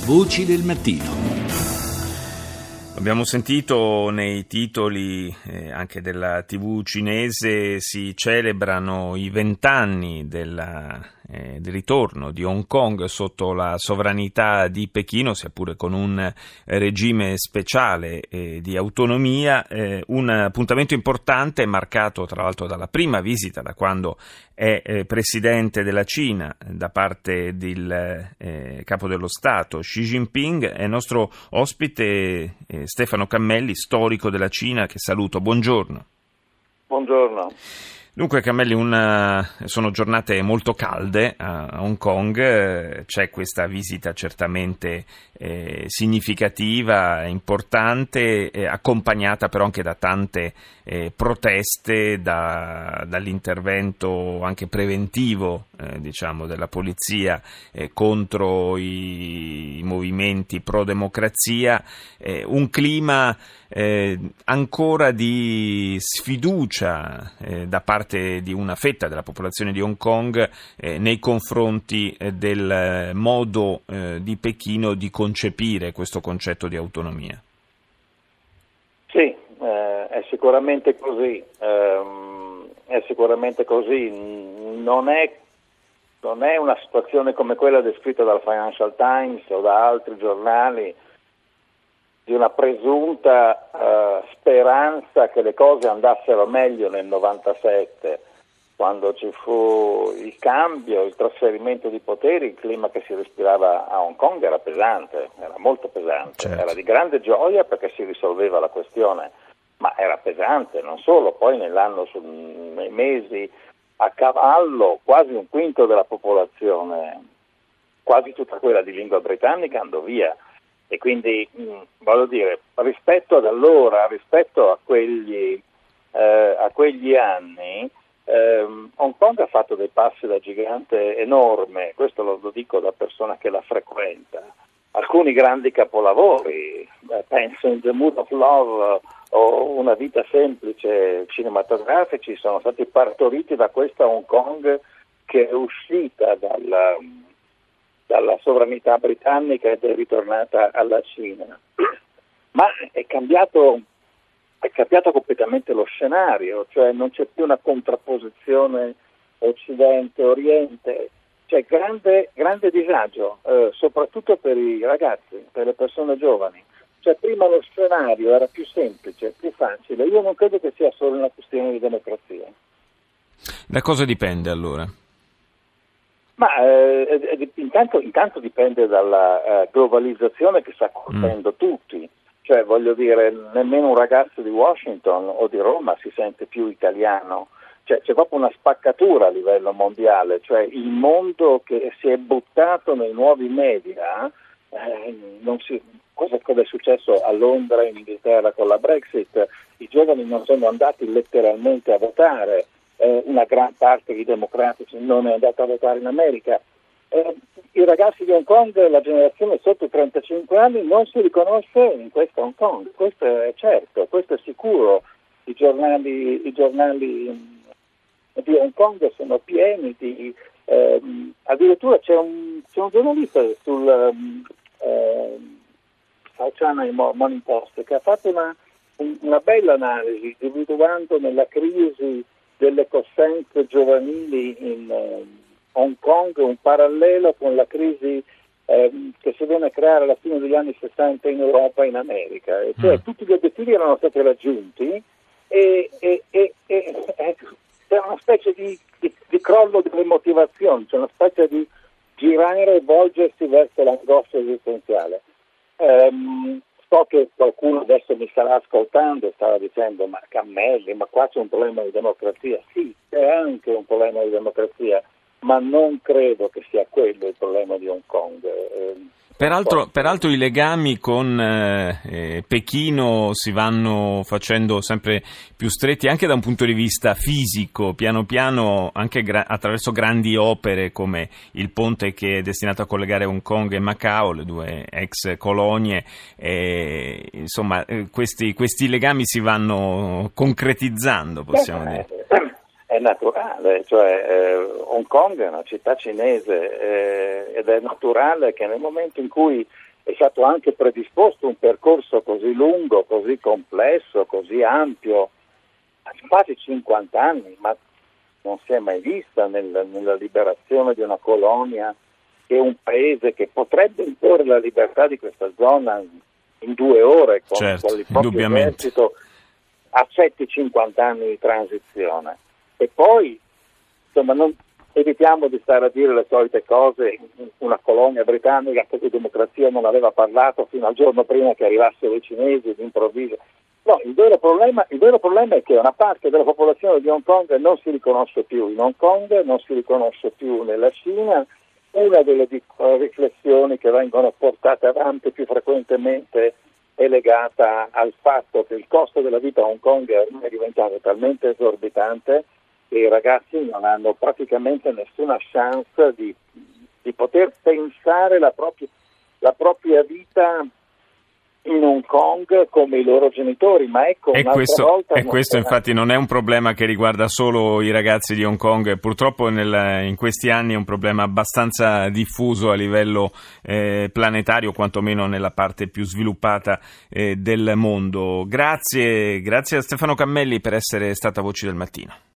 Voci del mattino. Abbiamo sentito nei titoli anche della TV cinese, si celebrano i 20 anni del ritorno di Hong Kong sotto la sovranità di Pechino, sia pure con un regime speciale di autonomia, un appuntamento importante marcato tra l'altro dalla prima visita da quando è presidente della Cina da parte del capo dello Stato Xi Jinping. È nostro ospite Stefano Cammelli, storico della Cina, che saluto. Buongiorno. Buongiorno. Dunque Cammelli, sono giornate molto calde a Hong Kong, c'è questa visita certamente significativa, importante, accompagnata però anche da tante proteste, dall'intervento anche preventivo della polizia contro i movimenti pro-democrazia, un clima ancora di sfiducia da parte di una fetta della popolazione di Hong Kong nei confronti del modo di Pechino di concepire questo concetto di autonomia. Sì, è sicuramente così. È sicuramente così. Non è una situazione come quella descritta dal Financial Times o da altri giornali, di una presunta speranza che le cose andassero meglio nel 97, quando ci fu il cambio, il trasferimento di poteri. Il clima che si respirava a Hong Kong era pesante, era molto pesante, certo. Era di grande gioia perché si risolveva la questione, ma era pesante, non solo. Poi nei mesi a cavallo, quasi un quinto della popolazione, quasi tutta quella di lingua britannica, andò via. E quindi, voglio dire, rispetto ad allora, rispetto a quegli anni, Hong Kong ha fatto dei passi da gigante enorme, questo lo dico da persona che la frequenta. Alcuni grandi capolavori, penso in The Mood of Love o Una vita semplice, cinematografici, sono stati partoriti da questa Hong Kong che è uscita dalla sovranità britannica ed è ritornata alla Cina. Ma è cambiato completamente lo scenario, cioè non c'è più una contrapposizione Occidente-Oriente, c'è grande disagio, soprattutto per i ragazzi, per le persone giovani. Cioè prima lo scenario era più semplice, più facile. Io non credo che sia solo una questione di democrazia. Da cosa dipende allora? Ma intanto dipende dalla globalizzazione che sta colpendo tutti, cioè voglio dire, nemmeno un ragazzo di Washington o di Roma si sente più italiano, cioè c'è proprio una spaccatura a livello mondiale, cioè il mondo che si è buttato nei nuovi media, cosa è successo a Londra, in Inghilterra con la Brexit, i giovani non sono andati letteralmente a votare. Una gran parte dei democratici non è andata a votare in America. I ragazzi di Hong Kong, la generazione sotto i 35 anni, non si riconosce in questo Hong Kong, questo è certo, questo è sicuro. I giornali di Hong Kong sono pieni di... addirittura c'è un giornalista sul South China Morning Post che ha fatto una bella analisi, individuando nella crisi delle coscienze giovanili in Hong Kong un parallelo con la crisi che si viene a creare alla fine degli anni 60 in Europa e in America, e cioè tutti gli obiettivi erano stati raggiunti e c'è una specie di crollo delle motivazioni, c'è una specie di girare e volgersi verso l'angoscia esistenziale. So che qualcuno adesso mi starà ascoltando e stava dicendo: ma Cammelli, ma qua c'è un problema di democrazia. Sì, c'è anche un problema di democrazia, ma non credo che sia quello il problema di Hong Kong. Peraltro i legami con Pechino si vanno facendo sempre più stretti anche da un punto di vista fisico, piano piano anche attraverso grandi opere come il ponte che è destinato a collegare Hong Kong e Macao, le due ex colonie, insomma questi legami si vanno concretizzando, possiamo dire. È naturale, cioè Hong Kong è una città cinese ed è naturale che nel momento in cui è stato anche predisposto un percorso così lungo, così complesso, così ampio, quasi 50 anni, ma non si è mai vista nella liberazione di una colonia che un paese che potrebbe imporre la libertà di questa zona in 2 ore con il proprio esercito accetti 50 anni di transizione. E poi, insomma, evitiamo di stare a dire le solite cose, una colonia britannica che di democrazia non aveva parlato fino al giorno prima che arrivassero i cinesi d'improvviso. No, il vero problema è che una parte della popolazione di Hong Kong non si riconosce più in Hong Kong, non si riconosce più nella Cina. Una delle riflessioni che vengono portate avanti più frequentemente è legata al fatto che il costo della vita a Hong Kong è diventato talmente esorbitante che i ragazzi non hanno praticamente nessuna chance di poter pensare la propria vita in Hong Kong come i loro genitori, ma ecco, questo infatti non è un problema che riguarda solo i ragazzi di Hong Kong, purtroppo in questi anni è un problema abbastanza diffuso a livello planetario, quantomeno nella parte più sviluppata del mondo. Grazie a Stefano Cammelli per essere stata Voci del Mattino.